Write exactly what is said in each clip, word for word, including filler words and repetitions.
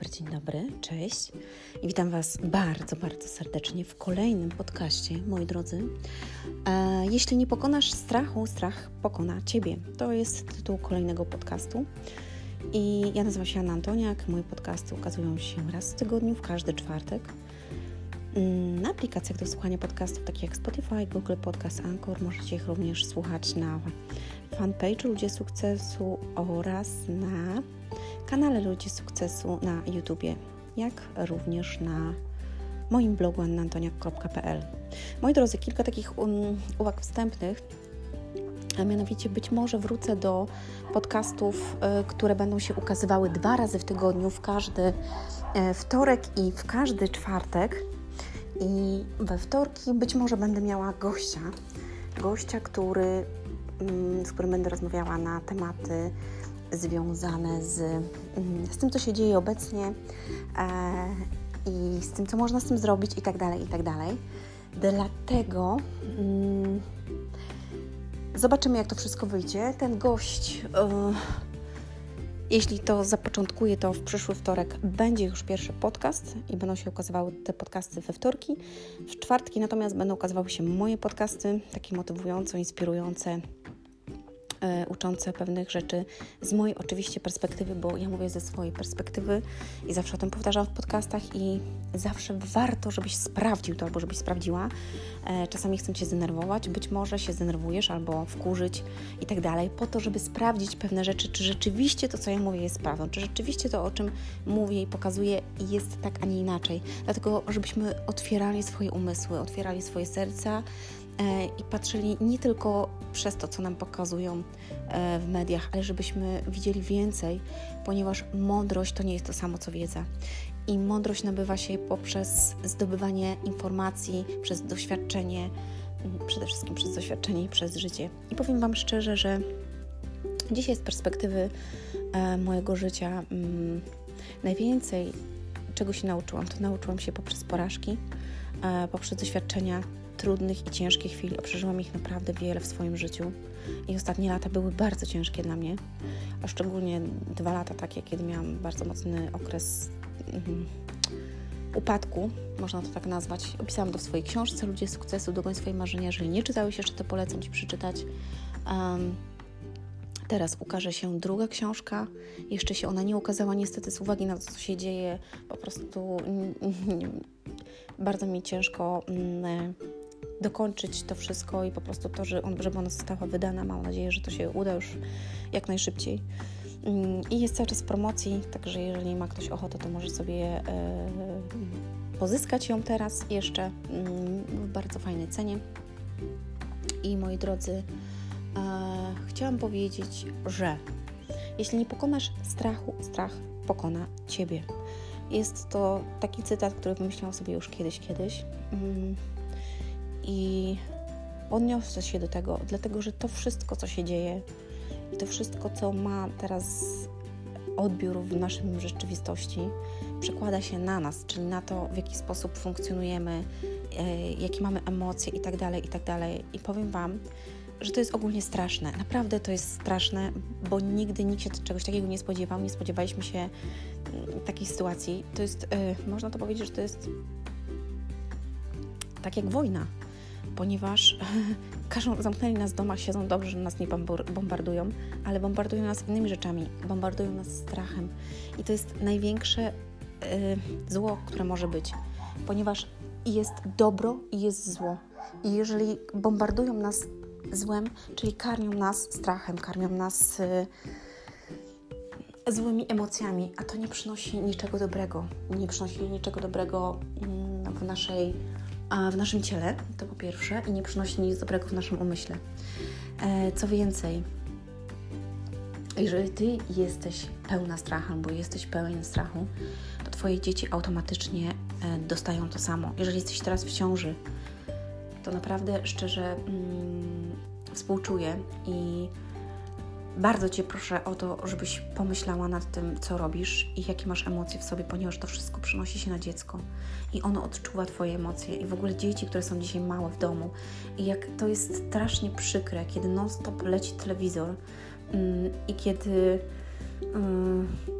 dobry, dzień dobry, cześć i witam Was bardzo, bardzo serdecznie w kolejnym podcaście, moi drodzy. E, jeśli nie pokonasz strachu, strach pokona Ciebie. To jest tytuł kolejnego podcastu i ja nazywam się Anna Antoniak. Moje podcasty ukazują się raz w tygodniu, w każdy czwartek. Na aplikacjach do słuchania podcastów takich jak Spotify, Google Podcast, Anchor. Możecie ich również słuchać na fanpage'u Ludzie Sukcesu oraz na kanale Ludzie Sukcesu na YouTubie, jak również na moim blogu anna antoniak kropka p l. Moi drodzy, kilka takich um, uwag wstępnych, a mianowicie być może wrócę do podcastów, y, które będą się ukazywały dwa razy w tygodniu, w każdy y, wtorek i w każdy czwartek. I we wtorki być może będę miała gościa, gościa, który, z którym będę rozmawiała na tematy związane z, z tym, co się dzieje obecnie e, i z tym, co można z tym zrobić i tak dalej, i tak dalej. Dlatego mm, zobaczymy, jak to wszystko wyjdzie. Ten gość, e, jeśli to zapoczątkuje, to w przyszły wtorek będzie już pierwszy podcast i będą się ukazywały te podcasty we wtorki. W czwartki natomiast będą ukazywały się moje podcasty, takie motywujące, inspirujące, e, uczące pewnych rzeczy z mojej oczywiście perspektywy, bo ja mówię ze swojej perspektywy i zawsze o tym powtarzam w podcastach i zawsze warto, żebyś sprawdził to albo żebyś sprawdziła. E, czasami chcę Cię zdenerwować, być może się zdenerwujesz albo wkurzyć i tak dalej, po to, żeby sprawdzić pewne rzeczy, czy rzeczywiście to, co ja mówię, jest prawdą, czy rzeczywiście to, o czym mówię i pokazuję, jest tak, a nie inaczej. Dlatego, żebyśmy otwierali swoje umysły, otwierali swoje serca e, i patrzyli nie tylko przez to, co nam pokazują e, w mediach, ale żebyśmy widzieli więcej, ponieważ mądrość to nie jest to samo, co wiedza. I mądrość nabywa się poprzez zdobywanie informacji, przez doświadczenie, przede wszystkim przez doświadczenie i przez życie. I powiem Wam szczerze, że dzisiaj z perspektywy e, mojego życia mm, najwięcej, czego się nauczyłam, to nauczyłam się poprzez porażki, e, poprzez doświadczenia trudnych i ciężkich chwil. Przeżyłam ich naprawdę wiele w swoim życiu i ostatnie lata były bardzo ciężkie dla mnie, a szczególnie dwa lata takie, kiedy miałam bardzo mocny okres mm, upadku, można to tak nazwać. Opisałam to w swojej książce Ludzie Sukcesu, Dogoń swoje marzenia. Jeżeli nie czytałeś jeszcze, to polecam Ci przeczytać. Um, teraz ukaże się druga książka. Jeszcze się ona nie ukazała niestety z uwagi na to, co się dzieje. Po prostu mm, bardzo mi ciężko mm, dokończyć to wszystko i po prostu to, że on, żeby ona została wydana. Mam nadzieję, że to się uda już jak najszybciej. I jest cały czas w promocji, także jeżeli ma ktoś ochotę, to może sobie e, pozyskać ją teraz jeszcze e, w bardzo fajnej cenie. I moi drodzy, e, chciałam powiedzieć, że jeśli nie pokonasz strachu, strach pokona Ciebie. Jest to taki cytat, który wymyśliłam sobie już kiedyś, kiedyś mm, i odniosę się do tego, dlatego, że to wszystko, co się dzieje, i to wszystko, co ma teraz odbiór w naszej rzeczywistości, przekłada się na nas, czyli na to, w jaki sposób funkcjonujemy, e, jakie mamy emocje i tak dalej, i tak dalej. I powiem Wam, że to jest ogólnie straszne. Naprawdę to jest straszne, bo nigdy nikt się czegoś takiego nie spodziewał. Nie spodziewaliśmy się m, takiej sytuacji. To jest, e, można to powiedzieć, że to jest tak jak wojna, ponieważ każą, zamknęli nas w domach, siedzą dobrze, że nas nie bombardują, ale bombardują nas innymi rzeczami, bombardują nas strachem. I to jest największe y, zło, które może być, ponieważ jest dobro i jest zło. I jeżeli bombardują nas złem, czyli karmią nas strachem, karmią nas y, złymi emocjami, a to nie przynosi niczego dobrego. Nie przynosi niczego dobrego y, w naszej A w naszym ciele, to po pierwsze, i nie przynosi nic dobrego w naszym umyśle. E, co więcej, jeżeli Ty jesteś pełna strachu, albo jesteś pełen strachu, to Twoje dzieci automatycznie e, dostają to samo. Jeżeli jesteś teraz w ciąży, to naprawdę szczerze mm, współczuję i bardzo Cię proszę o to, żebyś pomyślała nad tym, co robisz i jakie masz emocje w sobie, ponieważ to wszystko przynosi się na dziecko i ono odczuwa Twoje emocje i w ogóle dzieci, które są dzisiaj małe w domu. I jak to jest strasznie przykre, kiedy non-stop leci telewizor yy, i kiedy yy,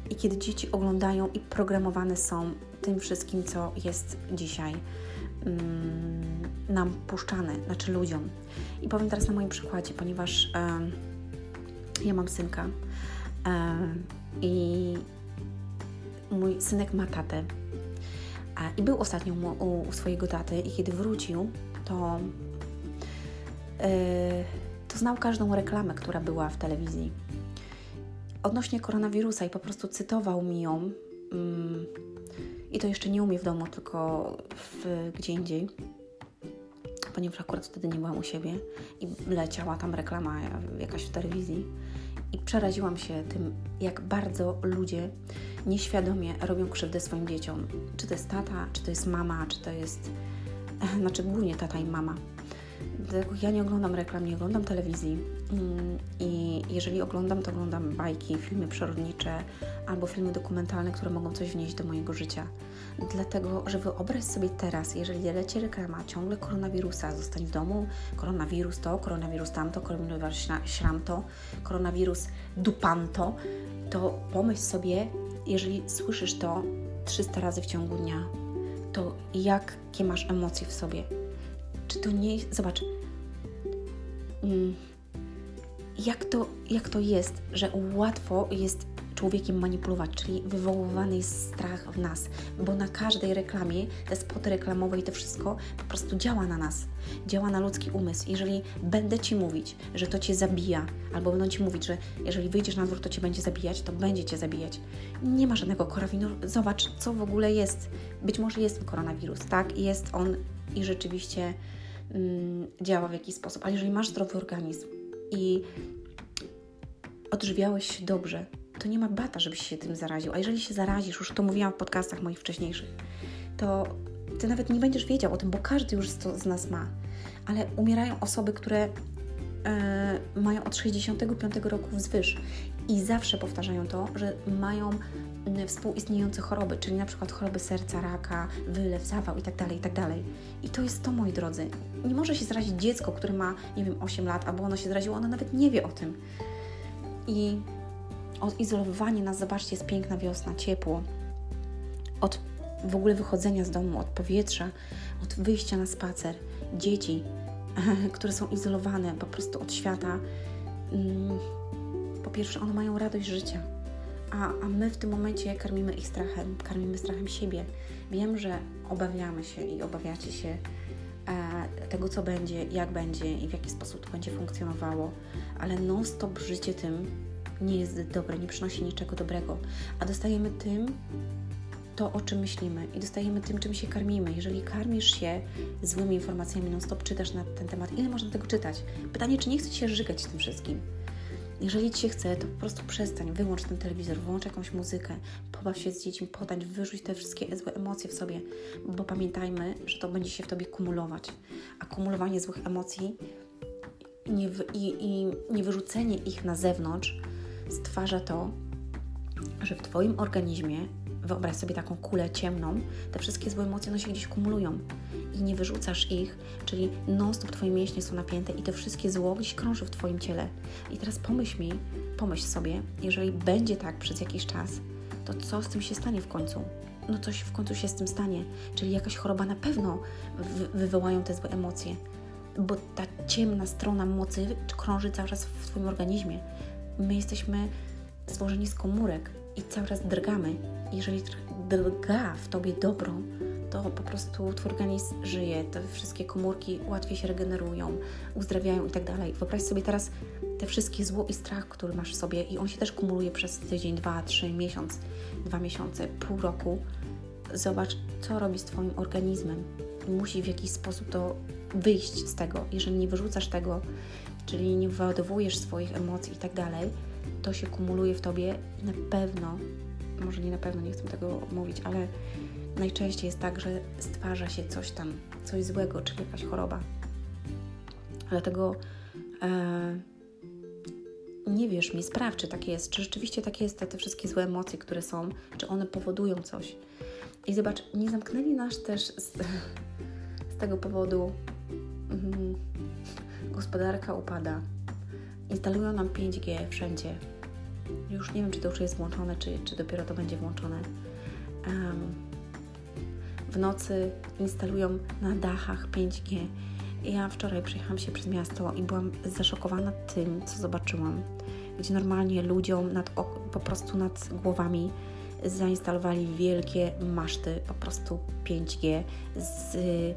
i kiedy dzieci oglądają i programowane są tym wszystkim, co jest dzisiaj mm, nam puszczane, znaczy ludziom. I powiem teraz na moim przykładzie, ponieważ e, ja mam synka e, i mój synek ma tatę. A, I był ostatnio u, u swojego taty i kiedy wrócił, to, yy, to znał każdą reklamę, która była w telewizji odnośnie koronawirusa i po prostu cytował mi ją. Yy, I to jeszcze nie u mnie w domu, tylko w, gdzie indziej, ponieważ akurat wtedy nie byłam u siebie i leciała tam reklama jakaś w telewizji. I przeraziłam się tym, jak bardzo ludzie nieświadomie robią krzywdę swoim dzieciom. Czy to jest tata, czy to jest mama, czy to jest... Znaczy głównie tata i mama. Dlatego ja nie oglądam reklam, nie oglądam telewizji i jeżeli oglądam, to oglądam bajki, filmy przyrodnicze albo filmy dokumentalne, które mogą coś wnieść do mojego życia. Dlatego, że wyobraź sobie teraz, jeżeli leci reklama ciągle koronawirusa, zostań w domu, koronawirus to, koronawirus tamto, koronawirus śramto, koronawirus dupanto, to pomyśl sobie, jeżeli słyszysz to trzysta razy w ciągu dnia, to jakie masz emocje w sobie? Czy to nie jest... Zobacz, jak to, jak to jest, że łatwo jest człowiekiem manipulować, czyli wywoływany jest strach w nas, bo na każdej reklamie, te spoty reklamowe i to wszystko po prostu działa na nas, działa na ludzki umysł. Jeżeli będę Ci mówić, że to Cię zabija, albo będą Ci mówić, że jeżeli wyjdziesz na dwór, to Cię będzie zabijać, to będzie Cię zabijać. Nie ma żadnego koronawirusa. Zobacz, co w ogóle jest. Być może jest koronawirus, tak? Jest on i rzeczywiście mm, działa w jakiś sposób, ale jeżeli masz zdrowy organizm i odżywiałeś się dobrze, to nie ma bata, żebyś się tym zaraził. A jeżeli się zarazisz, już to mówiłam w podcastach moich wcześniejszych, to Ty nawet nie będziesz wiedział o tym, bo każdy już to z nas ma. Ale umierają osoby, które e, mają od sześćdziesiątego piątego roku wzwyż i zawsze powtarzają to, że mają współistniejące choroby, czyli na przykład choroby serca, raka, wylew, zawał itd., itd. I to jest to, moi drodzy. Nie może się zarazić dziecko, które ma, nie wiem, osiem lat, albo ono się zaraziło, ono nawet nie wie o tym. I odizolowywanie nas, zobaczcie, jest piękna wiosna, ciepło, od w ogóle wychodzenia z domu, od powietrza, od wyjścia na spacer, dzieci, które są izolowane po prostu od świata. Po pierwsze, one mają radość życia, a, a my w tym momencie karmimy ich strachem, karmimy strachem siebie. Wiem, że obawiamy się i obawiacie się e, tego, co będzie, jak będzie i w jaki sposób to będzie funkcjonowało, ale non-stop życie tym nie jest dobre, nie przynosi niczego dobrego, a dostajemy tym to, o czym myślimy i dostajemy tym, czym się karmimy. Jeżeli karmisz się złymi informacjami, non-stop czytasz na ten temat, ile można tego czytać? Pytanie, czy nie chce Ci się żygać tym wszystkim? Jeżeli Ci się chce, to po prostu przestań, wyłącz ten telewizor, włącz jakąś muzykę, pobaw się z dziećmi, potańcz, wyrzuć te wszystkie złe emocje w sobie, bo pamiętajmy, że to będzie się w Tobie kumulować. A kumulowanie złych emocji i nie, i, i nie wyrzucenie ich na zewnątrz stwarza to, że w Twoim organizmie, wyobraź sobie taką kulę ciemną, te wszystkie złe emocje, one się gdzieś kumulują i nie wyrzucasz ich, czyli non-stop Twoje mięśnie są napięte i to wszystkie zło gdzieś krąży w Twoim ciele. I teraz pomyśl mi, pomyśl sobie, jeżeli będzie tak przez jakiś czas, to co z tym się stanie w końcu? No coś w końcu się z tym stanie, czyli jakaś choroba na pewno wy- wywołają te złe emocje, bo ta ciemna strona mocy krąży cały czas w Twoim organizmie. My jesteśmy stworzeni z komórek i cały czas drgamy. Jeżeli drga w Tobie dobro, to po prostu Twój organizm żyje, te wszystkie komórki łatwiej się regenerują, uzdrawiają i tak dalej. Wyobraź sobie teraz te wszystkie zło i strach, który masz w sobie i on się też kumuluje przez tydzień, dwa, trzy, miesiąc, dwa miesiące, pół roku. Zobacz, co robi z Twoim organizmem. Musi w jakiś sposób to wyjść z tego. Jeżeli nie wyrzucasz tego, czyli nie wyładowujesz swoich emocji i tak dalej, to się kumuluje w Tobie i na pewno, może nie na pewno, nie chcę tego mówić, ale najczęściej jest tak, że stwarza się coś tam, coś złego, czyli jakaś choroba. Dlatego e, nie wierz mi, sprawdź, czy tak jest, czy rzeczywiście tak jest, te, te wszystkie złe emocje, które są, czy one powodują coś. I zobacz, nie zamknęli nas też z, z tego powodu mm, gospodarka upada, instalują nam pięć G wszędzie. już nie wiem, czy to już jest włączone, czy, czy dopiero to będzie włączone. Um, w nocy instalują na dachach pięć G. Ja wczoraj przejechałam się przez miasto i byłam zaszokowana tym, co zobaczyłam. Gdzie normalnie ludziom nad, po prostu nad głowami zainstalowali wielkie maszty, po prostu pięć G z,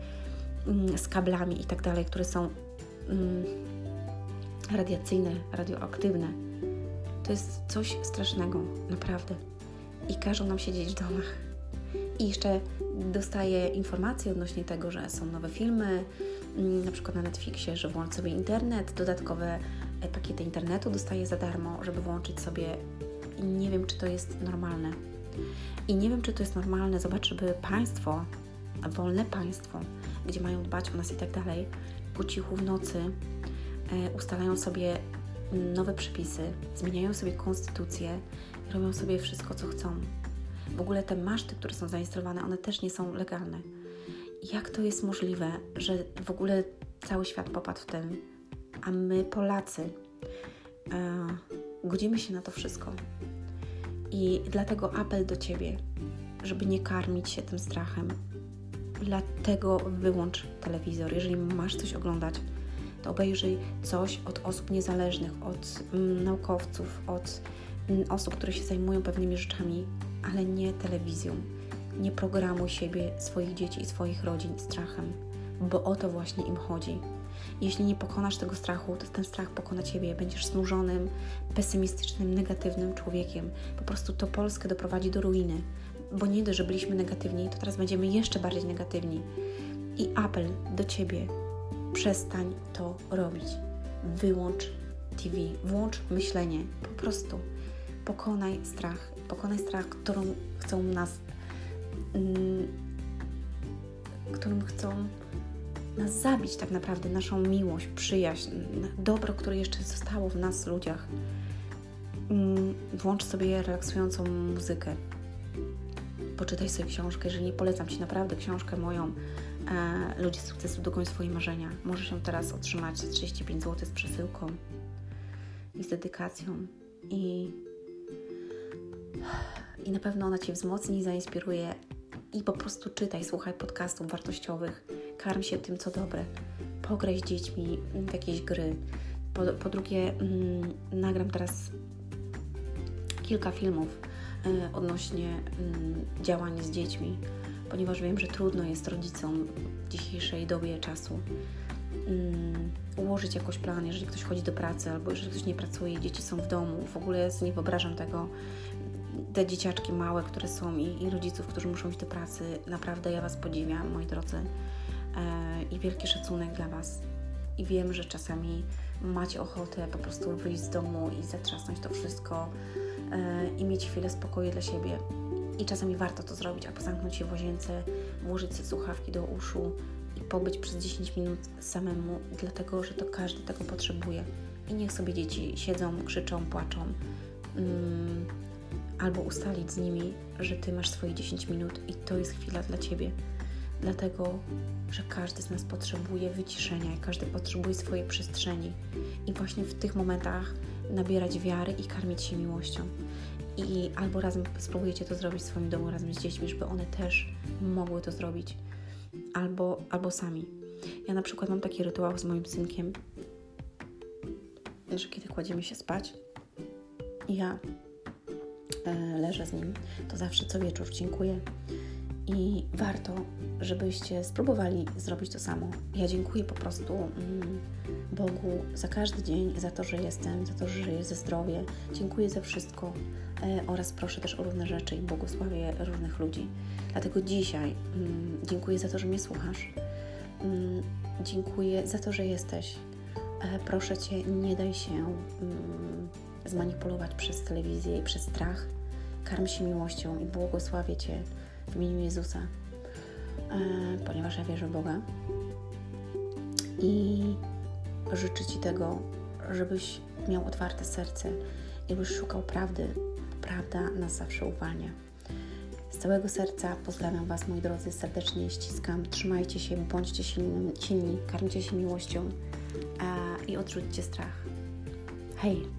z kablami i tak dalej, które są mm, radiacyjne, radioaktywne. To jest coś strasznego, naprawdę. I każą nam siedzieć w domach. I jeszcze dostaję informacje odnośnie tego, że są nowe filmy, na przykład na Netflixie, że włącz sobie internet, dodatkowe pakiety internetu dostaję za darmo, żeby włączyć sobie. I nie wiem, czy to jest normalne. I nie wiem, czy to jest normalne, zobacz, żeby państwo, wolne państwo, gdzie mają dbać o nas i tak dalej, po cichu w nocy e, ustalają sobie nowe przepisy, zmieniają sobie konstytucję, robią sobie wszystko, co chcą. W ogóle te maszty, które są zainstalowane, one też nie są legalne. Jak to jest możliwe, że w ogóle cały świat popadł w tym, a my, Polacy, e, godzimy się na to wszystko. I dlatego apel do Ciebie, żeby nie karmić się tym strachem. Dlatego wyłącz telewizor. Jeżeli masz coś oglądać, to obejrzyj coś od osób niezależnych, od mm, naukowców, od mm, osób, które się zajmują pewnymi rzeczami, ale nie telewizją. Nie programuj siebie, swoich dzieci i swoich rodzin strachem, bo o to właśnie im chodzi. Jeśli nie pokonasz tego strachu, to ten strach pokona Ciebie. Będziesz znużonym, pesymistycznym, negatywnym człowiekiem. Po prostu to Polskę doprowadzi do ruiny. Bo nie dość, że byliśmy negatywni, to teraz będziemy jeszcze bardziej negatywni. I apel do Ciebie. Przestań to robić. Wyłącz T V. Włącz myślenie. Po prostu pokonaj strach. Pokonaj strach, którą chcą nas... Mm, którym chcą... nas zabić tak naprawdę, naszą miłość, przyjaźń, dobro, które jeszcze zostało w nas, ludziach. Włącz sobie relaksującą muzykę. Poczytaj sobie książkę. Jeżeli nie, polecam Ci naprawdę książkę moją e, Ludzie z sukcesu dogoń swoje marzenia. Możesz ją teraz otrzymać za trzydzieści pięć złotych z przesyłką i z dedykacją. I, I na pewno ona Cię wzmocni, zainspiruje. I po prostu czytaj, słuchaj podcastów wartościowych. Karm się tym, co dobre. Pograj z dziećmi w jakieś gry. Po, po drugie, mm, nagram teraz kilka filmów y, odnośnie y, działań z dziećmi, ponieważ wiem, że trudno jest rodzicom w dzisiejszej dobie czasu y, ułożyć jakoś plan, jeżeli ktoś chodzi do pracy, albo jeżeli ktoś nie pracuje i dzieci są w domu. W ogóle ja sobie nie wyobrażam tego. Te dzieciaczki małe, które są i, i rodziców, którzy muszą iść do pracy. Naprawdę ja Was podziwiam, moi drodzy. I wielki szacunek dla Was. I wiem, że czasami macie ochotę po prostu wyjść z domu i zatrzasnąć to wszystko i mieć chwilę spokoju dla siebie. I czasami warto to zrobić, albo zamknąć się w łazience, włożyć sobie słuchawki do uszu i pobyć przez dziesięć minut samemu, dlatego, że to każdy tego potrzebuje. I niech sobie dzieci siedzą, krzyczą, płaczą, um, albo ustalić z nimi, że Ty masz swoje dziesięć minut i to jest chwila dla Ciebie. Dlatego, że każdy z nas potrzebuje wyciszenia i każdy potrzebuje swojej przestrzeni. I właśnie w tych momentach nabierać wiary i karmić się miłością. I albo razem spróbujecie to zrobić w swoim domu razem z dziećmi, żeby one też mogły to zrobić. Albo, albo sami. Ja na przykład mam taki rytuał z moim synkiem, że kiedy kładziemy się spać i ja e, leżę z nim, to zawsze co wieczór dziękuję. I warto, żebyście spróbowali zrobić to samo. Ja dziękuję po prostu mm, Bogu za każdy dzień, za to, że jestem, za to, że żyję, ze zdrowie. Dziękuję za wszystko e, oraz proszę też o różne rzeczy i błogosławię różnych ludzi. Dlatego dzisiaj mm, dziękuję za to, że mnie słuchasz. Mm, dziękuję za to, że jesteś. E, proszę Cię, nie daj się mm, zmanipulować przez telewizję i przez strach. Karm się miłością i błogosławię Cię w imieniu Jezusa, e, ponieważ ja wierzę w Boga i życzę Ci tego, żebyś miał otwarte serce i byś szukał prawdy. Prawda nas zawsze uwalnia. Z całego serca pozdrawiam Was, moi drodzy, serdecznie ściskam. Trzymajcie się, bądźcie silni, silni karmcie się miłością e, i odrzućcie strach. Hej!